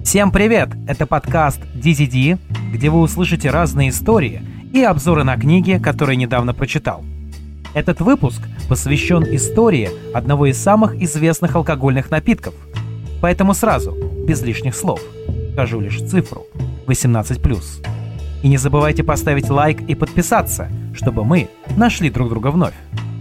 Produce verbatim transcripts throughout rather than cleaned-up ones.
Всем привет! Это подкаст ди ди ди, где вы услышите разные истории и обзоры на книги, которые недавно прочитал. Этот выпуск посвящен истории одного из самых известных алкогольных напитков. Поэтому сразу, без лишних слов, скажу лишь цифру восемнадцать плюс. И не забывайте поставить лайк и подписаться, чтобы мы нашли друг друга вновь.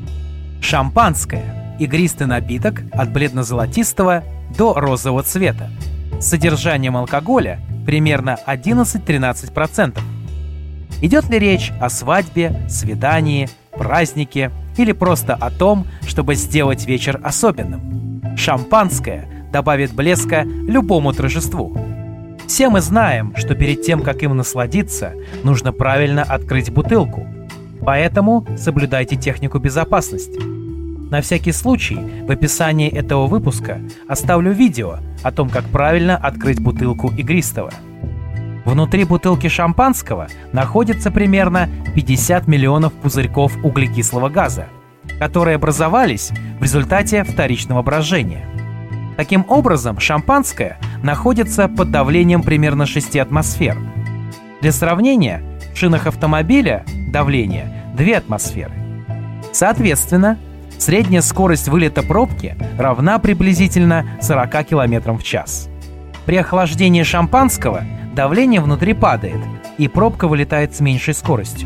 Шампанское – игристый напиток от бледно-золотистого до розового цвета, с содержанием алкоголя примерно одиннадцать-тринадцать процентов. Идет ли речь о свадьбе, свидании, празднике или просто о том, чтобы сделать вечер особенным? Шампанское добавит блеска любому торжеству. Все мы знаем, что перед тем, как им насладиться, нужно правильно открыть бутылку. Поэтому соблюдайте технику безопасности. На всякий случай в описании этого выпуска оставлю видео о том, как правильно открыть бутылку игристого. Внутри бутылки шампанского находится примерно пятьдесят миллионов пузырьков углекислого газа, которые образовались в результате вторичного брожения. Таким образом, шампанское находится под давлением примерно шести атмосфер. Для сравнения, в шинах автомобиля давление две атмосферы. Соответственно, средняя скорость вылета пробки равна приблизительно сорока километрам в час. При охлаждении шампанского давление внутри падает, и пробка вылетает с меньшей скоростью.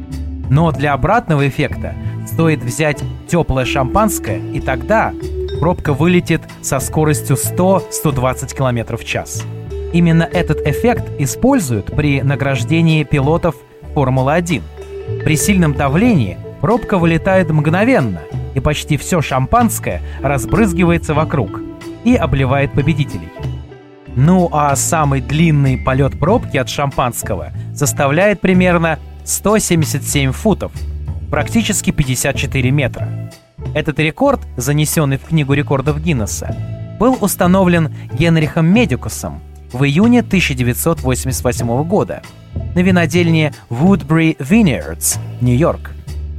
Но для обратного эффекта стоит взять теплое шампанское, и тогда пробка вылетит со скоростью сто - сто двадцать километров в час. Именно этот эффект используют при награждении пилотов Формулы один. При сильном давлении пробка вылетает мгновенно, и почти все шампанское разбрызгивается вокруг и обливает победителей. Ну а самый длинный полет пробки от шампанского составляет примерно сто семьдесят семь футов, практически пятьдесят четыре метра. Этот рекорд, занесенный в Книгу рекордов Гиннесса, был установлен Генрихом Медикусом в июне тысяча девятьсот восемьдесят восьмого года на винодельне Woodbury Vineyards, Нью-Йорк.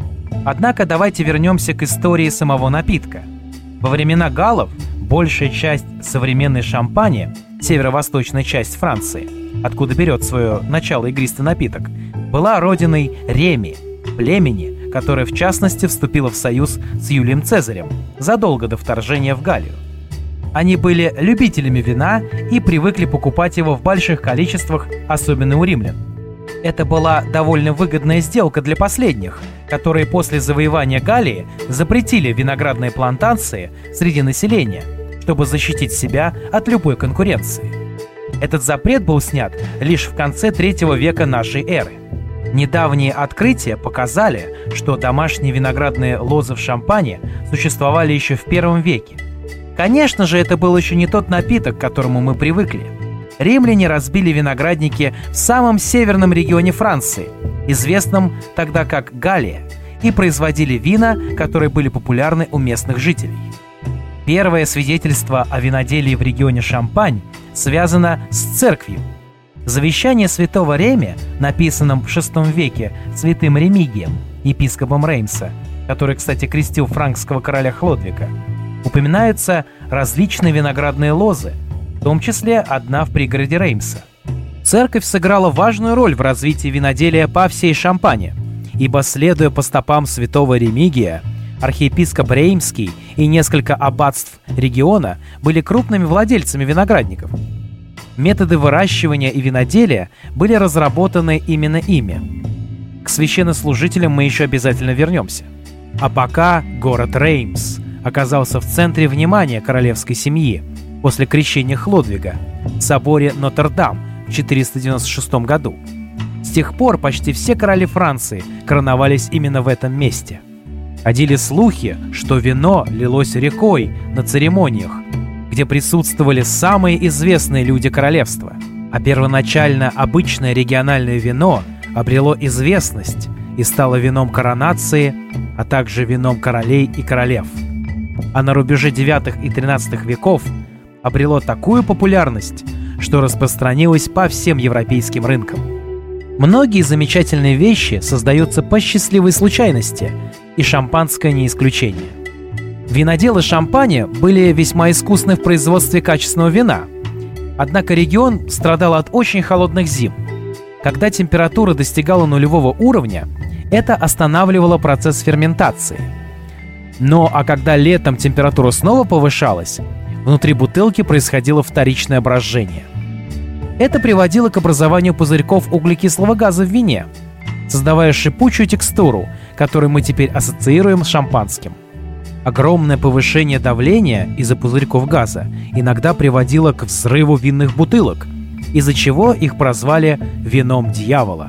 Однако давайте вернемся к истории самого напитка. Во времена галлов большая часть современной Шампани, северо-восточная часть Франции, откуда берет свое начало игристый напиток, была родиной Реми, племени, которое в частности вступило в союз с Юлием Цезарем задолго до вторжения в Галлию. Они были любителями вина и привыкли покупать его в больших количествах, особенно у римлян. Это была довольно выгодная сделка для последних, которые после завоевания Галлии запретили виноградные плантации среди населения, чтобы защитить себя от любой конкуренции. Этот запрет был снят лишь в конце третьего века нашей эры. Недавние открытия показали, что домашние виноградные лозы в Шампани существовали еще в первом веке. Конечно же, это был еще не тот напиток, к которому мы привыкли. Римляне разбили виноградники в самом северном регионе Франции, известном тогда как Галлия, и производили вина, которые были популярны у местных жителей. Первое свидетельство о виноделии в регионе Шампань связано с церковью. Завещание святого Реми, написанном в шестом веке святым Ремигием, епископом Реймса, который, кстати, крестил франкского короля Хлодвига, упоминаются различные виноградные лозы, в том числе одна в пригороде Реймса. Церковь сыграла важную роль в развитии виноделия по всей Шампани, ибо, следуя по стопам святого Ремигия, архиепископ Реймский и несколько аббатств региона были крупными владельцами виноградников. Методы выращивания и виноделия были разработаны именно ими. К священнослужителям мы еще обязательно вернемся. А пока город Реймс оказался в центре внимания королевской семьи после крещения Хлодвига в соборе Нотр-Дам в четыреста девяносто шестом году. С тех пор почти все короли Франции короновались именно в этом месте. Ходили слухи, что вино лилось рекой на церемониях, где присутствовали самые известные люди королевства, а первоначально обычное региональное вино обрело известность и стало вином коронации, а также вином королей и королев. А на рубеже девятого и тринадцатого веков обрело такую популярность, что распространилось по всем европейским рынкам. Многие замечательные вещи создаются по счастливой случайности, и шампанское не исключение. Виноделы Шампани были весьма искусны в производстве качественного вина, Однако регион страдал от очень холодных зим. Когда температура достигала нулевого уровня, это останавливало процесс ферментации. Но а когда летом температура снова повышалась, внутри бутылки происходило вторичное брожение. Это приводило к образованию пузырьков углекислого газа в вине, создавая шипучую текстуру, которую мы теперь ассоциируем с шампанским. Огромное повышение давления из-за пузырьков газа иногда приводило к взрыву винных бутылок, из-за чего их прозвали «вином дьявола».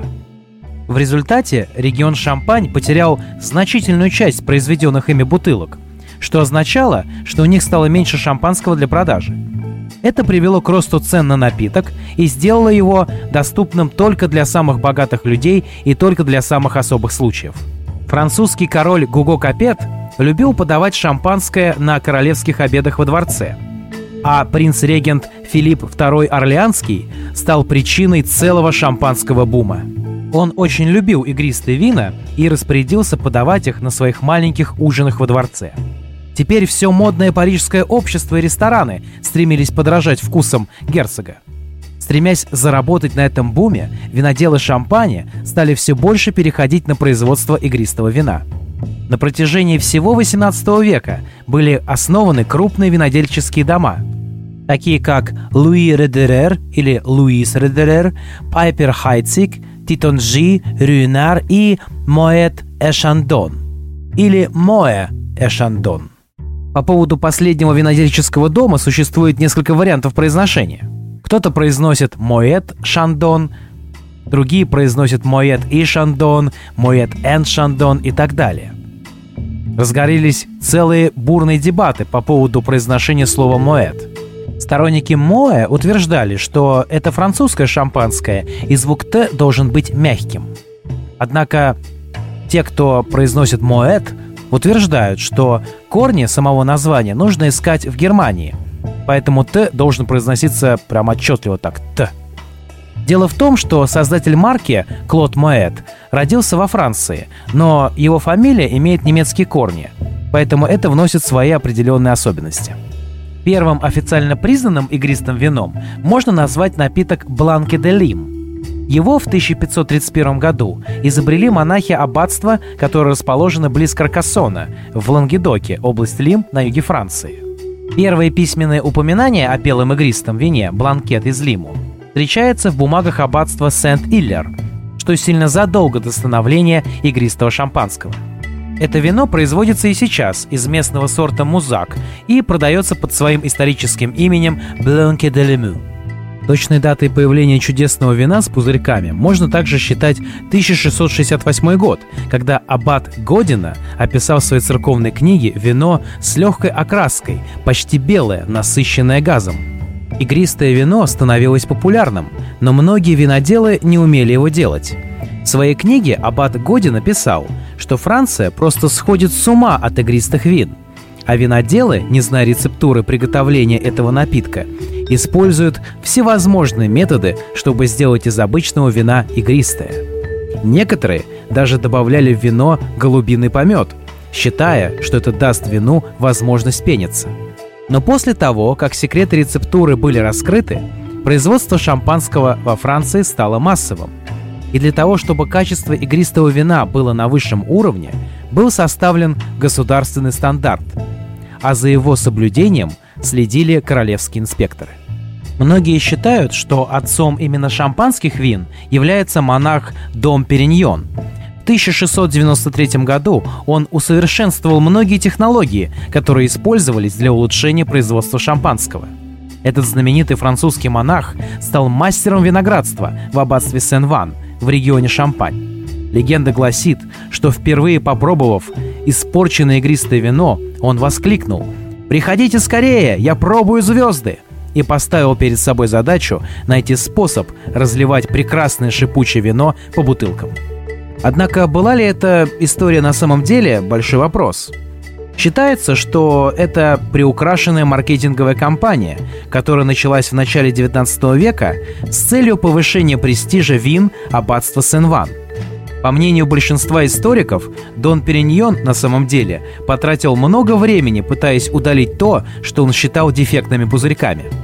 В результате регион Шампань потерял значительную часть произведенных ими бутылок, что означало, что у них стало меньше шампанского для продажи. Это привело к росту цен на напиток и сделало его доступным только для самых богатых людей и только для самых особых случаев. Французский король Гуго Капет любил подавать шампанское на королевских обедах во дворце, а принц-регент Филипп второй Орлеанский стал причиной целого шампанского бума. Он очень любил игристые вина и распорядился подавать их на своих маленьких ужинах во дворце. Теперь все модное парижское общество и рестораны стремились подражать вкусам герцога. Стремясь заработать на этом буме, виноделы Шампани стали все больше переходить на производство игристого вина. На протяжении всего восемнадцатого века были основаны крупные винодельческие дома, такие как Луи Редерер или Луис Редерер, Пайпер Хайцик, Титонжи, Рюнар и Моэт Эшандон или Моэ Эшандон. По поводу последнего винодельческого дома существует несколько вариантов произношения. Кто-то произносит Моэт Шандон, другие произносят Моэт и Шандон, Моэт энд Шандон и так далее. Разгорелись целые бурные дебаты по поводу произношения слова Моэт. Сторонники Моэ утверждали, что это французское шампанское, и звук «т» должен быть мягким. Однако те, кто произносит Моэт, утверждают, что корни самого названия нужно искать в Германии, поэтому «т» должен произноситься прям отчетливо так «т». Дело в том, что создатель марки Клод Моэт родился во Франции, но его фамилия имеет немецкие корни, поэтому это вносит свои определенные особенности. Первым официально признанным игристым вином можно назвать напиток Бланке де Лим. Его в тысяча пятьсот тридцать первом году изобрели монахи аббатства, которое расположено близ Каркассона, в Лангедоке, область Лим, на юге Франции. Первые письменные упоминания о белом игристом вине «Бланкет из Лиму» встречается в бумагах аббатства Сент-Иллер, что сильно задолго до становления игристого шампанского. Это вино производится и сейчас из местного сорта Музак и продается под своим историческим именем Бланке де Лиму. Точной датой появления чудесного вина с пузырьками можно также считать тысяча шестьсот шестьдесят восьмой год, когда аббат Година описал в своей церковной книге вино с легкой окраской, почти белое, насыщенное газом. Игристое вино становилось популярным, но многие виноделы не умели его делать. В своей книге аббат Годин написал, что Франция просто сходит с ума от игристых вин, а виноделы, не зная рецептуры приготовления этого напитка, используют всевозможные методы, чтобы сделать из обычного вина игристое. Некоторые даже добавляли в вино голубиный помет, считая, что это даст вину возможность пениться. Но после того, как секреты рецептуры были раскрыты, производство шампанского во Франции стало массовым. И для того, чтобы качество игристого вина было на высшем уровне, был составлен государственный стандарт, а за его соблюдением следили королевские инспекторы. Многие считают, что отцом именно шампанских вин является монах Дом Периньон. В тысяча шестьсот девяносто третьем году он усовершенствовал многие технологии, которые использовались для улучшения производства шампанского. Этот знаменитый французский монах стал мастером виноградства в аббатстве Сен-Ван в регионе Шампань. Легенда гласит, что впервые попробовав испорченное игристое вино, он воскликнул: «Приходите скорее, я пробую звезды!» и поставил перед собой задачу найти способ разливать прекрасное шипучее вино по бутылкам. Однако была ли эта история на самом деле – большой вопрос. Считается, что это приукрашенная маркетинговая кампания, которая началась в начале девятнадцатого века с целью повышения престижа вин аббатства Сен-Ван. По мнению большинства историков, Дон Периньон на самом деле потратил много времени, пытаясь удалить то, что он считал дефектными пузырьками.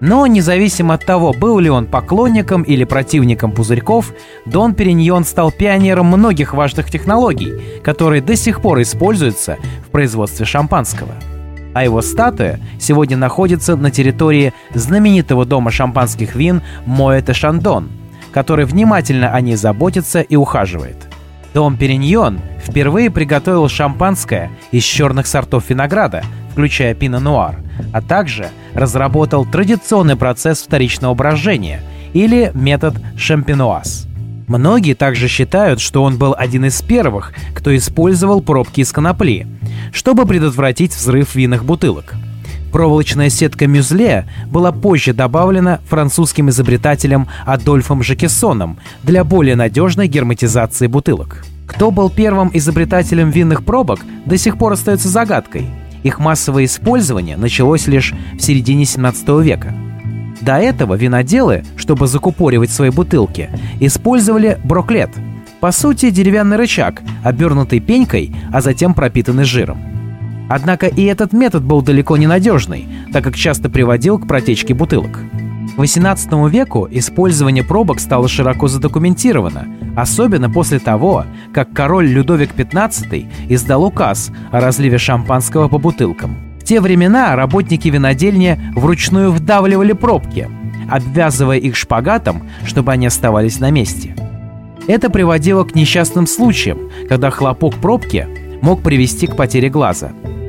Но независимо от того, был ли он поклонником или противником пузырьков, Дом Периньон стал пионером многих важных технологий, которые до сих пор используются в производстве шампанского. А его статуя сегодня находится на территории знаменитого дома шампанских вин Moet et Chandon, который внимательно о ней заботится и ухаживает. Дом Периньон впервые приготовил шампанское из черных сортов винограда, включая пино-нуар, а также разработал традиционный процесс вторичного брожения или метод шампенуаз. Многие также считают, что он был один из первых, кто использовал пробки из конопли, чтобы предотвратить взрыв винных бутылок. Проволочная сетка мюзле была позже добавлена французским изобретателем Адольфом Жакессоном для более надежной герметизации бутылок. Кто был первым изобретателем винных пробок, до сих пор остается загадкой. Их массовое использование началось лишь в середине семнадцатого века. До этого виноделы, чтобы закупоривать свои бутылки, использовали броклет. По сути, деревянный рычаг, обернутый пенькой, а затем пропитанный жиром. Однако и этот метод был далеко не надежный, так как часто приводил к протечке бутылок. К восемнадцатому веку использование пробок стало широко задокументировано, особенно после того, как король Людовик пятнадцатый издал указ о разливе шампанского по бутылкам. В те времена работники винодельни вручную вдавливали пробки, обвязывая их шпагатом, чтобы они оставались на месте. Это приводило к несчастным случаям, когда хлопок пробки мог привести к потере глаза.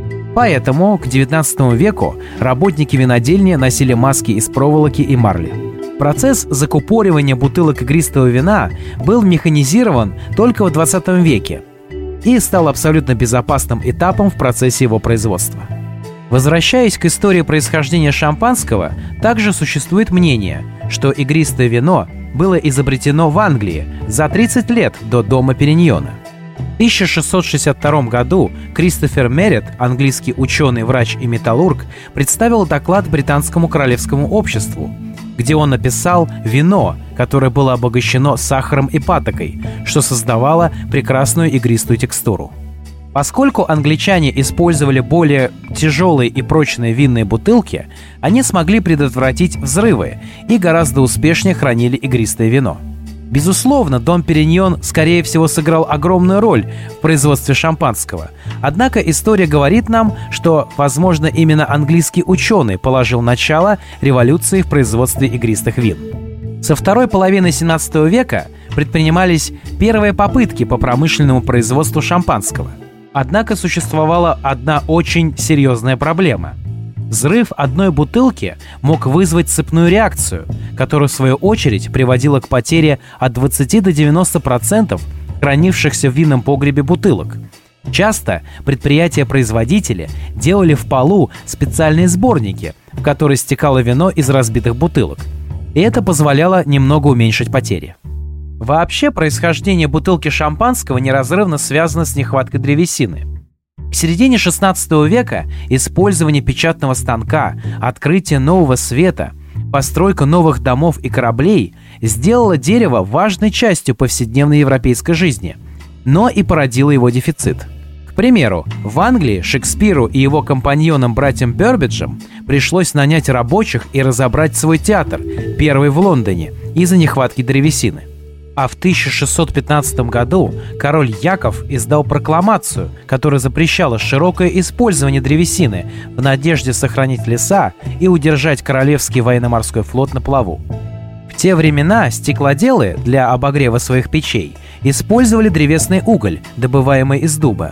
Поэтому к девятнадцатому веку работники винодельни носили маски из проволоки и марли. Процесс закупоривания бутылок игристого вина был механизирован только в двадцатом веке и стал абсолютно безопасным этапом в процессе его производства. Возвращаясь к истории происхождения шампанского, также существует мнение, что игристое вино было изобретено в Англии за тридцать лет до дома Периньона. В тысяча шестьсот шестьдесят втором году Кристофер Меретт, английский ученый, врач и металлург, представил доклад Британскому королевскому обществу, где он написал «вино», которое было обогащено сахаром и патокой, что создавало прекрасную игристую текстуру. Поскольку англичане использовали более тяжелые и прочные винные бутылки, они смогли предотвратить взрывы и гораздо успешнее хранили игристое вино. Безусловно, Дом Периньон, скорее всего, сыграл огромную роль в производстве шампанского. Однако история говорит нам, что, возможно, именно английский ученый положил начало революции в производстве игристых вин. Со второй половины семнадцатого века предпринимались первые попытки по промышленному производству шампанского. Однако существовала одна очень серьезная проблема. Взрыв одной бутылки мог вызвать цепную реакцию, которая в свою очередь приводила к потере от двадцати до девяноста процентов хранившихся в винном погребе бутылок. Часто предприятия-производители делали в полу специальные сборники, в которые стекало вино из разбитых бутылок, и это позволяло немного уменьшить потери. Вообще, происхождение бутылки шампанского неразрывно связано с нехваткой древесины. К середине шестнадцатого века использование печатного станка, открытие нового света, постройка новых домов и кораблей сделало дерево важной частью повседневной европейской жизни, но и породило его дефицит. К примеру, в Англии Шекспиру и его компаньонам-братьям Бёрбиджам пришлось нанять рабочих и разобрать свой театр, первый в Лондоне, из-за нехватки древесины. А в тысяча шестьсот пятнадцатом году король Яков издал прокламацию, которая запрещала широкое использование древесины в надежде сохранить леса и удержать королевский военно-морской флот на плаву. В те времена стеклоделы для обогрева своих печей использовали древесный уголь, добываемый из дуба.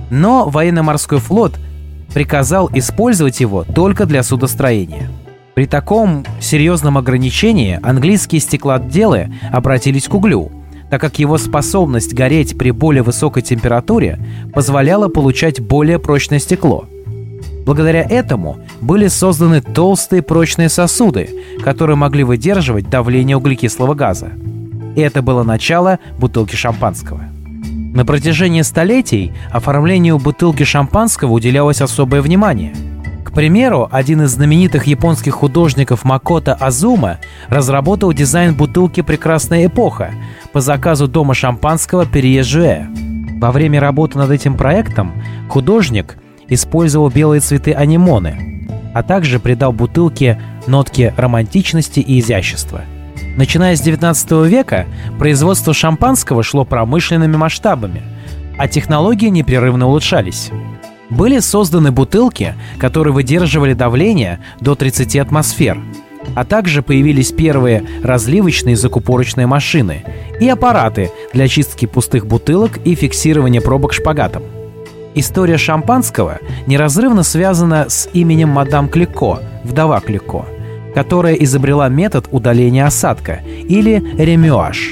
Но военно-морской флот приказал использовать его только для судостроения. При таком серьезном ограничении английские стеклоделы обратились к углю, так как его способность гореть при более высокой температуре позволяла получать более прочное стекло. Благодаря этому были созданы толстые прочные сосуды, которые могли выдерживать давление углекислого газа. И это было начало бутылки шампанского. На протяжении столетий оформлению бутылки шампанского уделялось особое внимание. К примеру, один из знаменитых японских художников Макото Азума разработал дизайн бутылки «Прекрасная эпоха» по заказу дома шампанского Перье Жюэ. Во время работы над этим проектом художник использовал белые цветы анемоны. а также придал бутылке нотки романтичности и изящества. Начиная с девятнадцатого века производство шампанского шло промышленными масштабами, а технологии непрерывно улучшались. Были созданы бутылки, которые выдерживали давление до тридцати атмосфер, а также появились первые разливочные закупорочные машины и аппараты для очистки пустых бутылок и фиксирования пробок шпагатом. История шампанского неразрывно связана с именем мадам Клико, вдова Клико, которая изобрела метод удаления осадка, или ремюаж.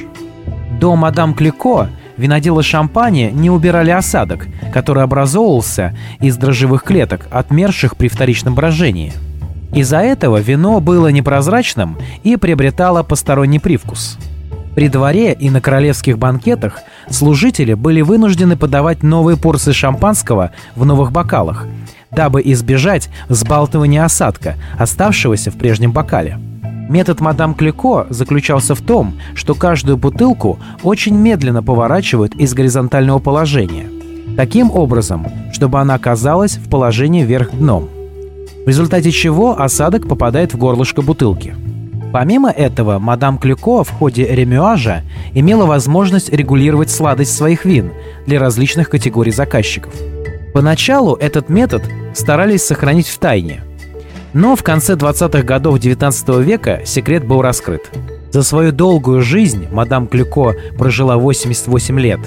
До мадам Клико виноделы шампани не убирали осадок, который образовывался из дрожжевых клеток, отмерших при вторичном брожении. Из-за этого вино было непрозрачным и приобретало посторонний привкус. При дворе и на королевских банкетах служители были вынуждены подавать новые порции шампанского в новых бокалах, дабы избежать взбалтывания осадка, оставшегося в прежнем бокале. Метод мадам Клико заключался в том, что каждую бутылку очень медленно поворачивают из горизонтального положения, таким образом, чтобы она оказалась в положении вверх дном, в результате чего осадок попадает в горлышко бутылки. Помимо этого, мадам Клико в ходе ремюажа имела возможность регулировать сладость своих вин для различных категорий заказчиков. Поначалу этот метод старались сохранить в тайне, но в конце двадцатых годов девятнадцатого века секрет был раскрыт. За свою долгую жизнь мадам Клико прожила восемьдесят восемь лет.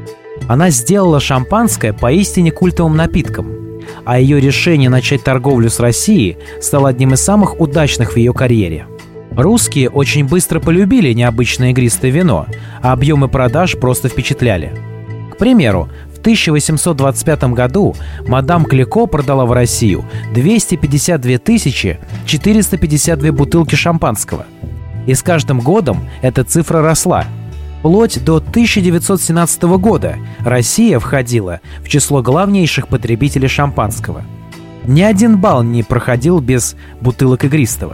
Она сделала шампанское поистине культовым напитком, а ее решение начать торговлю с Россией стало одним из самых удачных в ее карьере. Русские очень быстро полюбили необычное игристое вино, а объемы продаж просто впечатляли. К примеру, в тысяча восемьсот двадцать пятом году мадам Клико продала в Россию двести пятьдесят две тысячи четыреста пятьдесят две бутылки шампанского. И с каждым годом эта цифра росла. Вплоть до тысяча девятьсот семнадцатого года Россия входила в число главнейших потребителей шампанского. Ни один бал не проходил без бутылок игристого.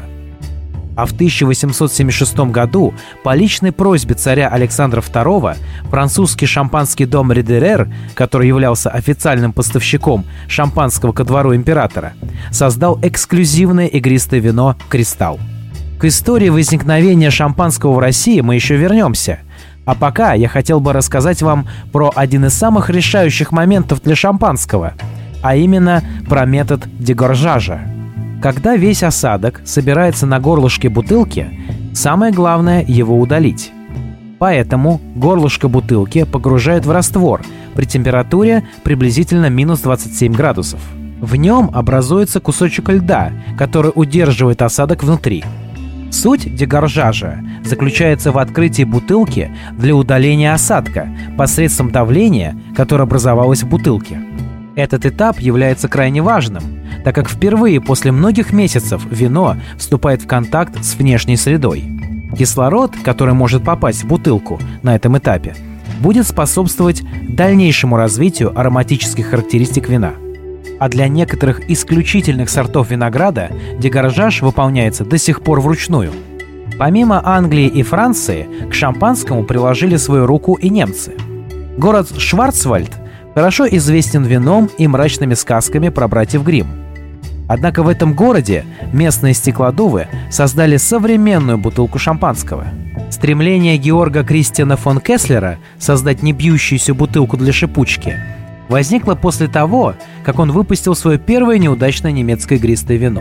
А в тысяча восемьсот семьдесят шестом году по личной просьбе царя Александра второго французский шампанский дом Ридерер, который являлся официальным поставщиком шампанского ко двору императора, создал эксклюзивное игристое вино «Кристалл». К истории возникновения шампанского в России мы еще вернемся. А пока я хотел бы рассказать вам про один из самых решающих моментов для шампанского, а именно про метод дегоржажа. Когда весь осадок собирается на горлышке бутылки, самое главное его удалить. Поэтому горлышко бутылки погружают в раствор при температуре приблизительно минус двадцать семь градусов. В нем образуется кусочек льда, который удерживает осадок внутри. Суть дегоржажа заключается в открытии бутылки для удаления осадка посредством давления, которое образовалось в бутылке. Этот этап является крайне важным, так как впервые после многих месяцев вино вступает в контакт с внешней средой. Кислород, который может попасть в бутылку на этом этапе, будет способствовать дальнейшему развитию ароматических характеристик вина. А для некоторых исключительных сортов винограда дегоржаж выполняется до сих пор вручную. Помимо Англии и Франции, к шампанскому приложили свою руку и немцы. Город Шварцвальд хорошо известен вином и мрачными сказками про братьев Гримм. Однако в этом городе местные стеклодувы создали современную бутылку шампанского. Стремление Георга Кристиана фон Кесслера создать небьющуюся бутылку для шипучки возникло после того, как он выпустил свое первое неудачное немецкое игристое вино.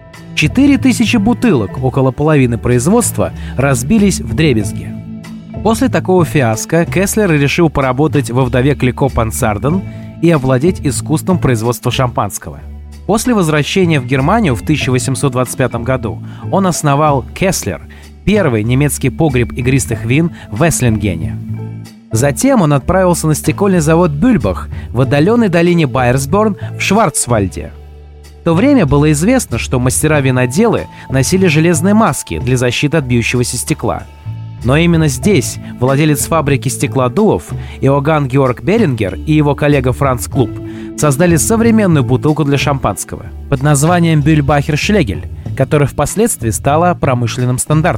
Четыре тысячи бутылок, около половины производства, разбились вдребезги. После такого фиаско Кесслер решил поработать во вдове Клико Пансарден и овладеть искусством производства шампанского. После возвращения в Германию в тысяча восемьсот двадцать пятом году он основал Кесслер, первый немецкий погреб игристых вин в Эслингене. Затем он отправился на стекольный завод Бюльбах в отдаленной долине Байерсборн в Шварцвальде. В то время было известно, что мастера-виноделы носили железные маски для защиты от бьющегося стекла. Но именно здесь владелец фабрики стеклодувов Иоганн Георг Берингер и его коллега Франц Клуб создали современную бутылку для шампанского под названием Бюльбахер Шлегель, которая впоследствии стала промышленным стандартом.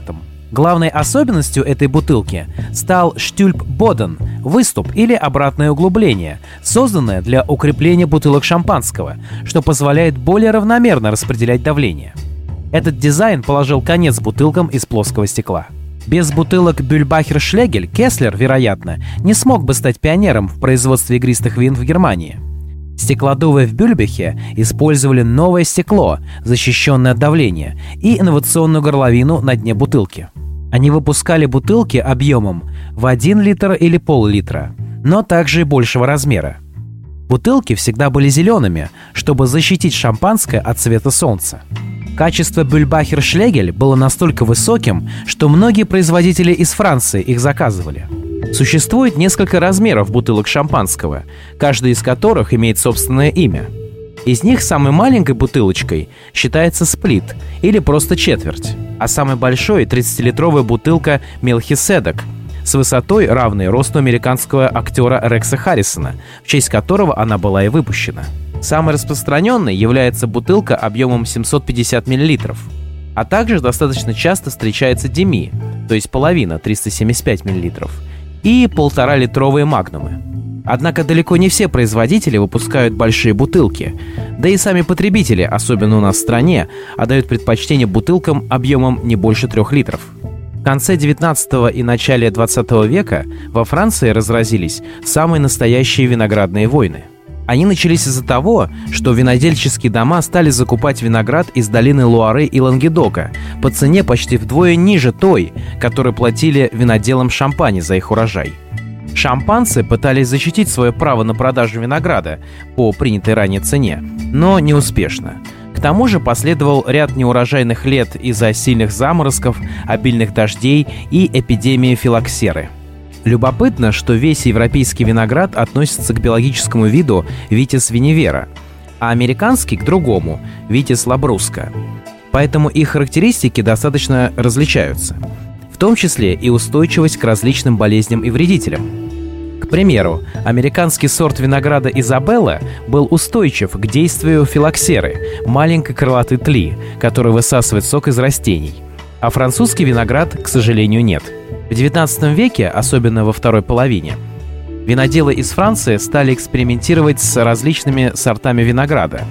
Главной особенностью этой бутылки стал штюльп-боден – выступ или обратное углубление, созданное для укрепления бутылок шампанского, что позволяет более равномерно распределять давление. Этот дизайн положил конец бутылкам из плоского стекла. Без бутылок Бюльбахер-Шлегель Кеслер, вероятно, не смог бы стать пионером в производстве игристых вин в Германии. Стеклодувы в Бюльбахе использовали новое стекло, защищенное от давления, и инновационную горловину на дне бутылки. Они выпускали бутылки объемом в один литр или пол-литра, но также и большего размера. Бутылки всегда были зелеными, чтобы защитить шампанское от света солнца. Качество Бюльбахер-Шлегель было настолько высоким, что многие производители из Франции их заказывали. Существует несколько размеров бутылок шампанского, каждый из которых имеет собственное имя. Из них самой маленькой бутылочкой считается сплит или просто четверть, а самой большой – тридцатилитровая бутылка Мелхиседек с высотой, равной росту американского актера Рекса Харрисона, в честь которого она была и выпущена. Самой распространенной является бутылка объемом семьсот пятьдесят миллилитров, а также достаточно часто встречается деми, то есть половина, триста семьдесят пять миллилитров, и полтора-литровые магнумы. Однако далеко не все производители выпускают большие бутылки, да и сами потребители, особенно у нас в стране, отдают предпочтение бутылкам объемом не больше трех литров. В конце девятнадцатого и начале двадцатого века во Франции разразились самые настоящие виноградные войны. Они начались из-за того, что винодельческие дома стали закупать виноград из долины Луары и Лангедока по цене почти вдвое ниже той, которую платили виноделам Шампани за их урожай. Шампанцы пытались защитить свое право на продажу винограда по принятой ранее цене, но не успешно. К тому же последовал ряд неурожайных лет из-за сильных заморозков, обильных дождей и эпидемии филоксеры. Любопытно, что весь европейский виноград относится к биологическому виду Vitis vinifera, а американский — к другому — Vitis labrusca. Поэтому их характеристики достаточно различаются, в том числе и устойчивость к различным болезням и вредителям. К примеру, американский сорт винограда Изабелла был устойчив к действию филоксеры, маленькой крылатой тли, которая высасывает сок из растений, а французский виноград, к сожалению, нет. В девятнадцатом веке, особенно во второй половине, виноделы из Франции стали экспериментировать с различными сортами винограда.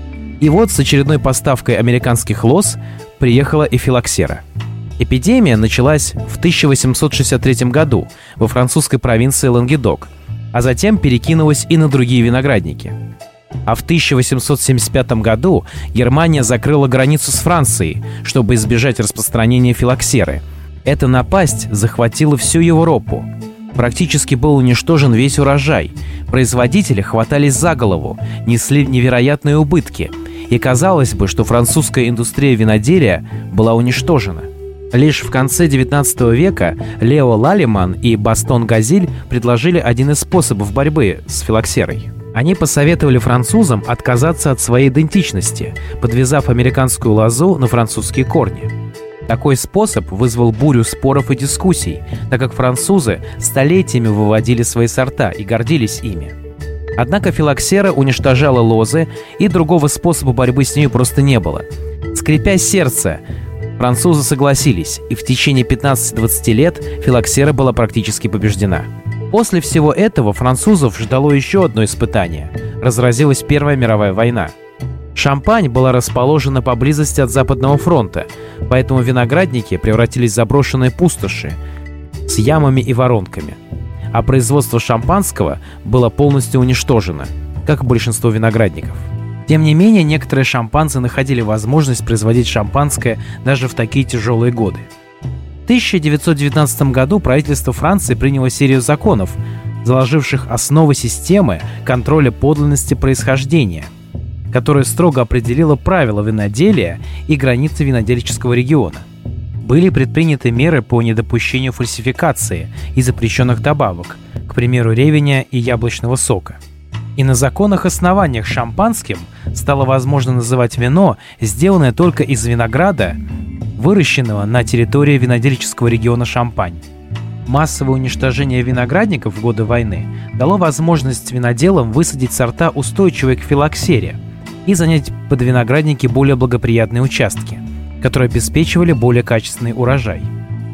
И вот с очередной поставкой американских лоз приехала и филоксера. Эпидемия началась в тысяча восемьсот шестьдесят третьем году во французской провинции Лангедок, а затем перекинулась и на другие виноградники. А в тысяча восемьсот семьдесят пятом году Германия закрыла границу с Францией, чтобы избежать распространения филоксеры. Эта напасть захватила всю Европу. Практически был уничтожен весь урожай. Производители хватались за голову, несли невероятные убытки. И казалось бы, что французская индустрия виноделия была уничтожена. Лишь в конце девятнадцатого века Лео Лалеман и Бастон Газиль предложили один из способов борьбы с филоксерой. Они посоветовали французам отказаться от своей идентичности, подвязав американскую лозу на французские корни. Такой способ вызвал бурю споров и дискуссий, так как французы столетиями выводили свои сорта и гордились ими. Однако филоксера уничтожала лозы, и другого способа борьбы с ней просто не было. Скрипя сердце, французы согласились, и в течение пятнадцати-двадцати лет филоксера была практически побеждена. После всего этого французов ждало еще одно испытание. Разразилась Первая мировая война. Шампань была расположена поблизости от Западного фронта, поэтому виноградники превратились в заброшенные пустоши с ямами и воронками. А производство шампанского было полностью уничтожено, как и большинство виноградников. Тем не менее, некоторые шампанцы находили возможность производить шампанское даже в такие тяжелые годы. В тысяча девятьсот девятнадцатом году правительство Франции приняло серию законов, заложивших основы системы контроля подлинности происхождения, которая строго определила правила виноделия и границы винодельческого региона. Были предприняты меры по недопущению фальсификации и запрещенных добавок, к примеру, ревеня и яблочного сока. И на законных основаниях шампанским стало возможно называть вино, сделанное только из винограда, выращенного на территории винодельческого региона Шампань. Массовое уничтожение виноградников в годы войны дало возможность виноделам высадить сорта, устойчивые к филоксере, и занять под виноградники более благоприятные участки, которые обеспечивали более качественный урожай.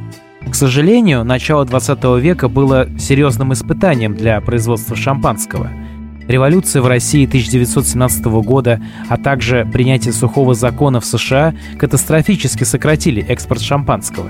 К сожалению, начало двадцатого века было серьезным испытанием для производства шампанского. Революция в России тысяча девятьсот семнадцатого года, а также принятие сухого закона в США катастрофически сократили экспорт шампанского.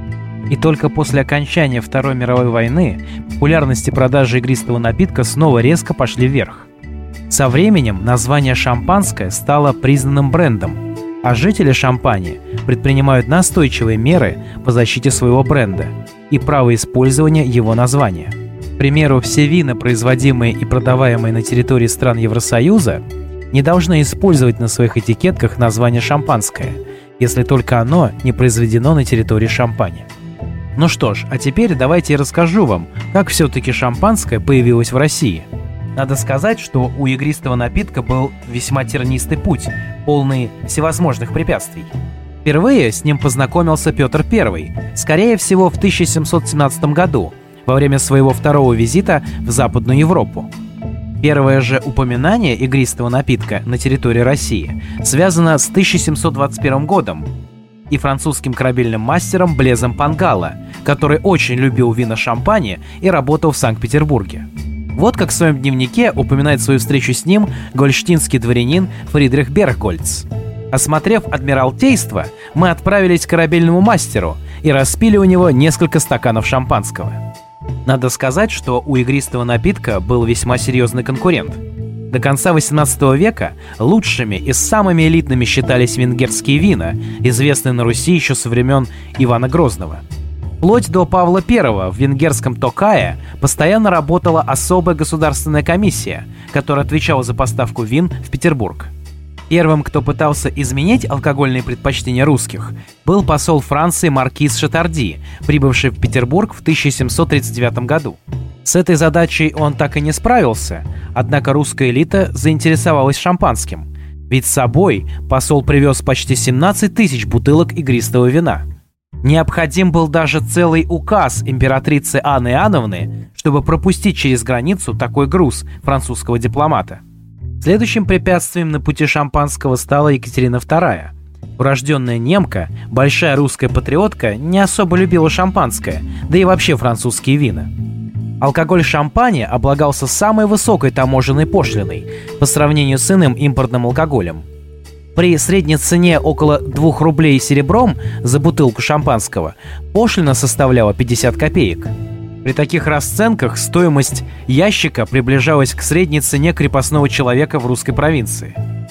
И только после окончания Второй мировой войны популярность и продажи игристого напитка снова резко пошли вверх. Со временем название «шампанское» стало признанным брендом, а жители Шампани предпринимают настойчивые меры по защите своего бренда и права использования его названия. К примеру, все вина, производимые и продаваемые на территории стран Евросоюза, не должны использовать на своих этикетках название «шампанское», если только оно не произведено на территории Шампани. Ну что ж, а теперь давайте я расскажу вам, как все-таки шампанское появилось в России. Надо сказать, что у игристого напитка был весьма тернистый путь, полный всевозможных препятствий. Впервые с ним познакомился Петр Первый, скорее всего, в тысяча семьсот семнадцатом году, во время своего второго визита в Западную Европу. Первое же упоминание игристого напитка на территории России связано с тысяча семьсот двадцать первым годом и французским корабельным мастером Блезом Пангало, который очень любил вина Шампани и работал в Санкт-Петербурге. Вот как в своем дневнике упоминает свою встречу с ним гольштинский дворянин Фридрих Берггольц. «Осмотрев Адмиралтейство, мы отправились к корабельному мастеру и распили у него несколько стаканов шампанского». Надо сказать, что у игристого напитка был весьма серьезный конкурент. До конца восемнадцатого века лучшими и самыми элитными считались венгерские вина, известные на Руси еще со времен Ивана Грозного. Вплоть до Павла Первого в венгерском Токае постоянно работала особая государственная комиссия, которая отвечала за поставку вин в Петербург. Первым, кто пытался изменить алкогольные предпочтения русских, был посол Франции маркиз Шатарди, прибывший в Петербург в тысяча семьсот тридцать девятом году. С этой задачей он так и не справился, однако русская элита заинтересовалась шампанским, ведь с собой посол привез почти семнадцать тысяч бутылок игристого вина. Необходим был даже целый указ императрицы Анны Иоанновны, чтобы пропустить через границу такой груз французского дипломата. Следующим препятствием на пути шампанского стала Екатерина Вторая. Урожденная немка, большая русская патриотка, не особо любила шампанское, да и вообще французские вина. Алкоголь шампани облагался самой высокой таможенной пошлиной по сравнению с иным импортным алкоголем. При средней цене около двух рублей серебром за бутылку шампанского пошлина составляла пятьдесят копеек. При таких расценках стоимость ящика приближалась к средней цене крепостного человека в русской провинции.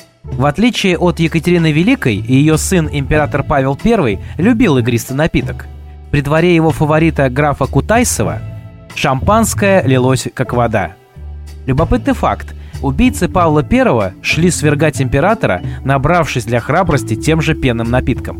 В отличие от Екатерины Великой, ее сын император Павел Первый любил игристый напиток. При дворе его фаворита графа Кутайсова шампанское лилось как вода. Любопытный факт. Убийцы Павла Первого шли свергать императора, набравшись для храбрости тем же пенным напитком.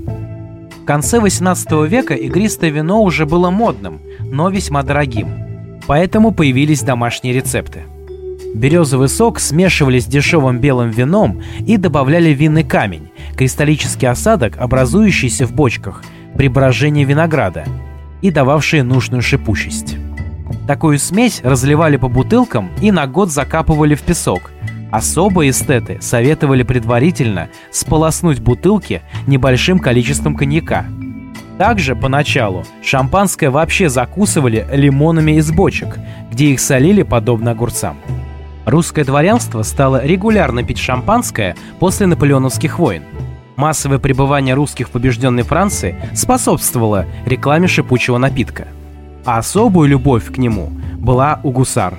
В конце восемнадцатого века игристое вино уже было модным, но весьма дорогим. Поэтому появились домашние рецепты. Березовый сок смешивали с дешевым белым вином и добавляли винный камень, кристаллический осадок, образующийся в бочках при брожении винограда и дававший нужную шипучесть. Такую смесь разливали по бутылкам и на год закапывали в песок. Особые эстеты советовали предварительно сполоснуть бутылки небольшим количеством коньяка. Также поначалу шампанское вообще закусывали лимонами из бочек, где их солили подобно огурцам. Русское дворянство стало регулярно пить шампанское после наполеоновских войн. Массовое пребывание русских в побежденной Франции способствовало рекламе шипучего напитка. А особую любовь к нему была у гусар.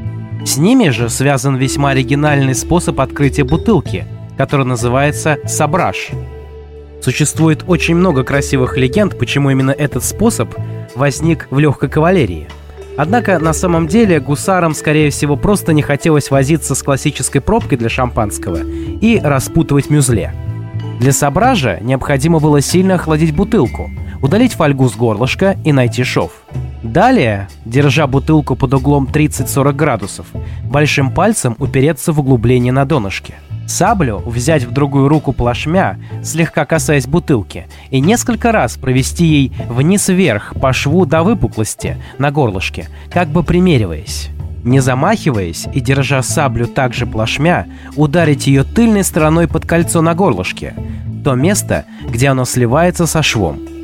С ними же связан весьма оригинальный способ открытия бутылки, который называется сабраж. Существует очень много красивых легенд, почему именно этот способ возник в легкой кавалерии. Однако на самом деле гусарам, скорее всего, просто не хотелось возиться с классической пробкой для шампанского и распутывать мюзле. Для сабража необходимо было сильно охладить бутылку, удалить фольгу с горлышка и найти шов. Далее, держа бутылку под углом тридцать-сорок градусов, большим пальцем упереться в углубление на донышке. Саблю взять в другую руку плашмя, слегка касаясь бутылки, и несколько раз провести ей вниз-вверх по шву до выпуклости на горлышке, как бы примериваясь. Не замахиваясь и держа саблю также плашмя, ударить ее тыльной стороной под кольцо на горлышке, то место, где оно сливается со швом.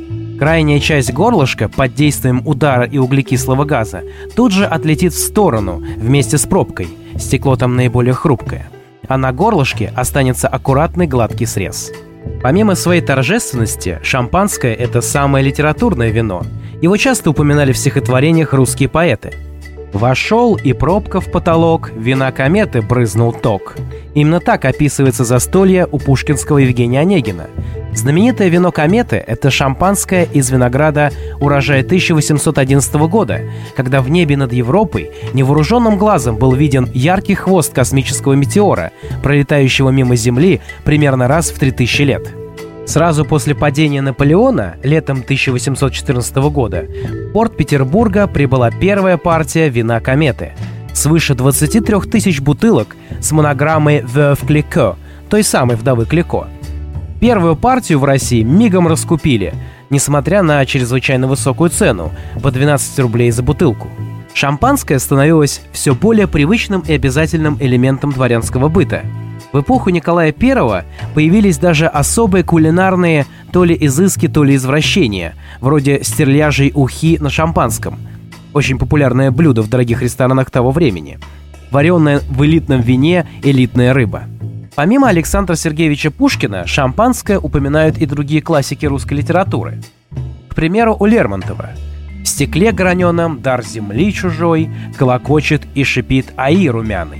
Крайняя часть горлышка под действием удара и углекислого газа тут же отлетит в сторону вместе с пробкой, стекло там наиболее хрупкое, а на горлышке останется аккуратный гладкий срез. Помимо своей торжественности, шампанское – это самое литературное вино. Его часто упоминали в стихотворениях русские поэты. «Вошел и пробка в потолок, вина кометы брызнул ток». Именно так описывается застолье у пушкинского Евгения Онегина. Знаменитое вино кометы – это шампанское из винограда урожая тысяча восемьсот одиннадцатого года, когда в небе над Европой невооруженным глазом был виден яркий хвост космического метеора, пролетающего мимо Земли примерно раз в три тысячи лет. Сразу после падения Наполеона, летом тысяча восемьсот четырнадцатого года, в порт Петербурга прибыла первая партия вина кометы. Свыше двадцати трёх тысяч бутылок с монограммой «Veuve Clicquot», той самой вдовы Клико. Первую партию в России мигом раскупили, несмотря на чрезвычайно высокую цену – по двенадцать рублей за бутылку. Шампанское становилось все более привычным и обязательным элементом дворянского быта. В эпоху Николая Первого появились даже особые кулинарные то ли изыски, то ли извращения, вроде стерляжей ухи на шампанском. Очень популярное блюдо в дорогих ресторанах того времени. Вареная в элитном вине элитная рыба. Помимо Александра Сергеевича Пушкина, шампанское упоминают и другие классики русской литературы. К примеру, у Лермонтова. «В стекле граненом дар земли чужой колокочет и шипит аи румяный».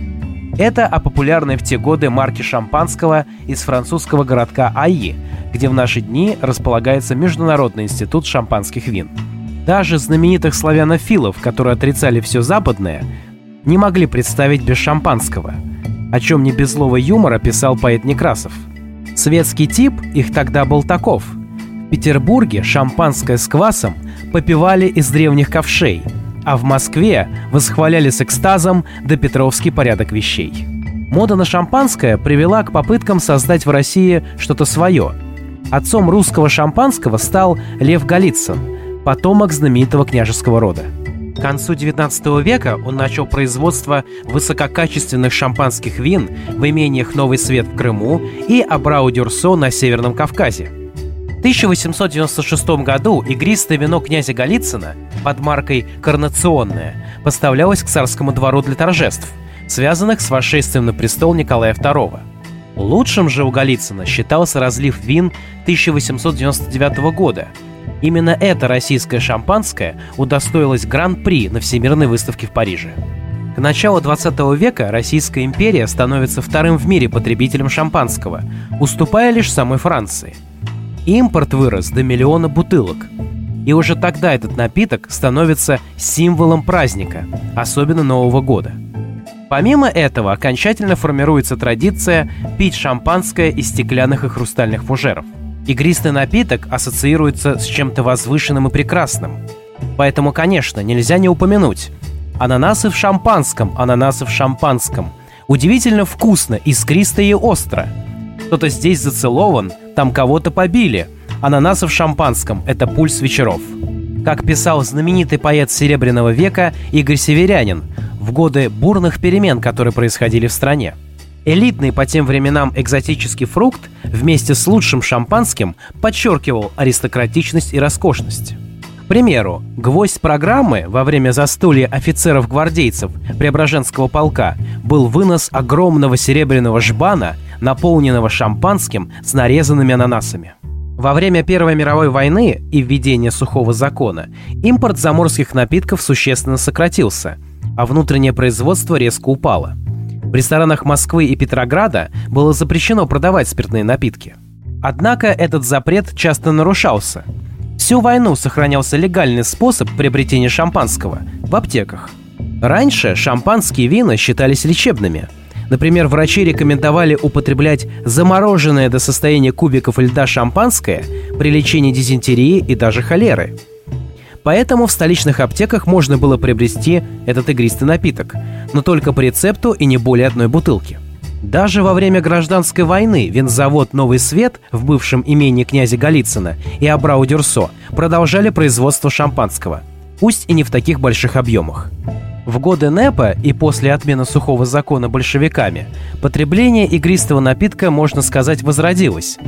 Это о популярной в те годы марке шампанского из французского городка Аи, где в наши дни располагается Международный институт шампанских вин. Даже знаменитых славянофилов, которые отрицали все западное, не могли представить без шампанского, о чем не без злого юмора писал поэт Некрасов. Светский тип их тогда был таков. В Петербурге шампанское с квасом попивали из древних ковшей, а в Москве восхваляли с экстазом допетровский порядок вещей. Мода на шампанское привела к попыткам создать в России что-то свое. Отцом русского шампанского стал Лев Голицын, потомок знаменитого княжеского рода. К концу девятнадцатого века он начал производство высококачественных шампанских вин в имениях Новый Свет в Крыму и Абрау-Дюрсо на Северном Кавказе. В тысяча восемьсот девяносто шестом году игристое вино князя Голицына под маркой «Коронационное» поставлялось к царскому двору для торжеств, связанных с восшествием на престол Николая второго. Лучшим же у Голицына считался разлив вин тысяча восемьсот девяносто девятого года. Именно это российское шампанское удостоилось гран-при на Всемирной выставке в Париже. К началу двадцатого века Российская империя становится вторым в мире потребителем шампанского, уступая лишь самой Франции. Импорт вырос до миллиона бутылок. И уже тогда этот напиток становится символом праздника, особенно Нового года. Помимо этого, окончательно формируется традиция пить шампанское из стеклянных и хрустальных фужеров. Игристый напиток ассоциируется с чем-то возвышенным и прекрасным. Поэтому, конечно, нельзя не упомянуть. Ананасы в шампанском, ананасы в шампанском. Удивительно вкусно, искристо и остро. Кто-то здесь зацелован, там кого-то побили. Ананасы в шампанском – это пульс вечеров. Как писал знаменитый поэт Серебряного века Игорь Северянин в годы бурных перемен, которые происходили в стране. Элитный по тем временам экзотический фрукт вместе с лучшим шампанским подчеркивал аристократичность и роскошность. К примеру, гвоздь программы во время застолья офицеров-гвардейцев Преображенского полка был вынос огромного серебряного жбана, наполненного шампанским с нарезанными ананасами. Во время Первой мировой войны и введения сухого закона импорт заморских напитков существенно сократился, а внутреннее производство резко упало. В ресторанах Москвы и Петрограда было запрещено продавать спиртные напитки. Однако этот запрет часто нарушался. Всю войну сохранялся легальный способ приобретения шампанского – в аптеках. Раньше шампанские вина считались лечебными. Например, врачи рекомендовали употреблять замороженное до состояния кубиков льда шампанское при лечении дизентерии и даже холеры. Поэтому в столичных аптеках можно было приобрести этот игристый напиток, но только по рецепту и не более одной бутылки. Даже во время гражданской войны винзавод «Новый Свет» в бывшем имении князя Голицына и Абрау-Дюрсо продолжали производство шампанского, пусть и не в таких больших объемах. В годы НЭПа и после отмены сухого закона большевиками потребление игристого напитка, можно сказать, возродилось.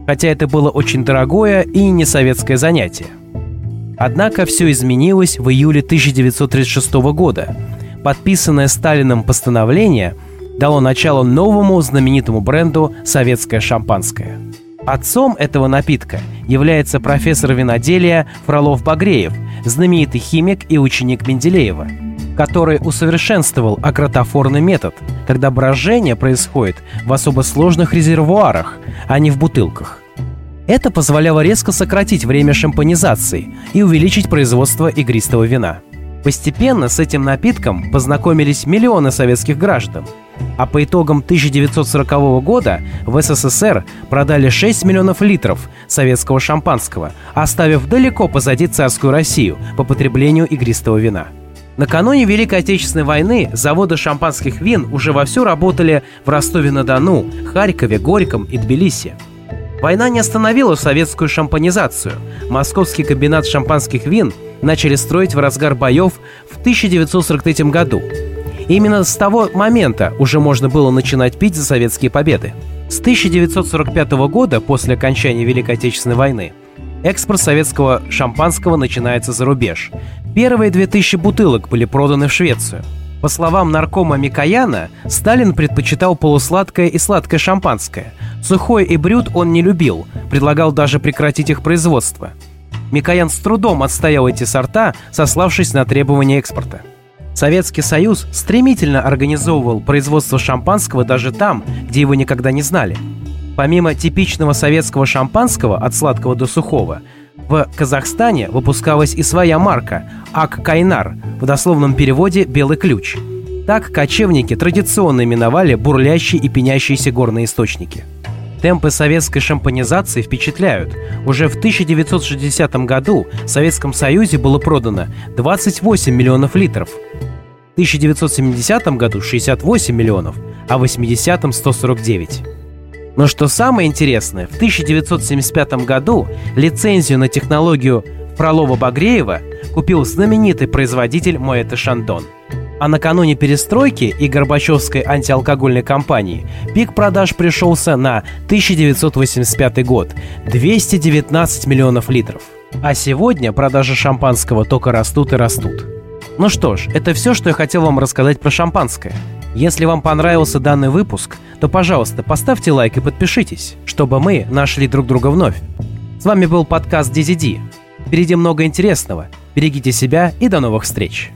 хотя это было очень дорогое и не советское занятие. Однако все изменилось в июле тысяча девятьсот тридцать шестого года. Подписанное Сталиным постановление дало начало новому знаменитому бренду «Советское шампанское». Отцом этого напитка является профессор виноделия Фролов-Багреев, знаменитый химик и ученик Менделеева, который усовершенствовал акротофорный метод, когда брожение происходит в особо сложных резервуарах, а не в бутылках. Это позволяло резко сократить время шампанизации и увеличить производство игристого вина. Постепенно с этим напитком познакомились миллионы советских граждан, а по итогам тысяча девятьсот сорокового года в СССР продали шесть миллионов литров советского шампанского, оставив далеко позади царскую Россию по потреблению игристого вина. Накануне Великой Отечественной войны заводы шампанских вин уже вовсю работали в Ростове-на-Дону, Харькове, Горьком и Тбилиси. Война не остановила советскую шампанизацию. Московский комбинат шампанских вин начали строить в разгар боев в тысяча девятьсот сорок третьем году. Именно с того момента уже можно было начинать пить за советские победы. С тысяча девятьсот сорок пятого года, после окончания Великой Отечественной войны, экспорт советского шампанского начинается за рубеж. Первые две тысячи бутылок были проданы в Швецию. По словам наркома Микояна, Сталин предпочитал полусладкое и сладкое шампанское. Сухой и брют он не любил, предлагал даже прекратить их производство. Микоян с трудом отстоял эти сорта, сославшись на требования экспорта. Советский Союз стремительно организовывал производство шампанского даже там, где его никогда не знали. Помимо типичного советского шампанского от сладкого до сухого, в Казахстане выпускалась и своя марка «Ак-Кайнар», в дословном переводе «белый ключ». Так кочевники традиционно именовали бурлящие и пенящиеся горные источники. Темпы советской шампанизации впечатляют. Уже в тысяча девятьсот шестидесятом году в Советском Союзе было продано двадцать восемь миллионов литров, в тысяча девятьсот семидесятом году шестьдесят восемь миллионов, а в восьмидесятом сто сорок девять. Но что самое интересное, в тысяча девятьсот семьдесят пятом году лицензию на технологию Фролова-Багреева купил знаменитый производитель Моët и Шандон. А накануне перестройки и Горбачевской антиалкогольной кампании пик продаж пришелся на тысяча девятьсот восемьдесят пятый год – двести девятнадцать миллионов литров. А сегодня продажи шампанского только растут и растут. Ну что ж, это все, что я хотел вам рассказать про шампанское. Если вам понравился данный выпуск, то, пожалуйста, поставьте лайк и подпишитесь, чтобы мы нашли друг друга вновь. С вами был подкаст ди зи ди. Впереди много интересного. Берегите себя и до новых встреч!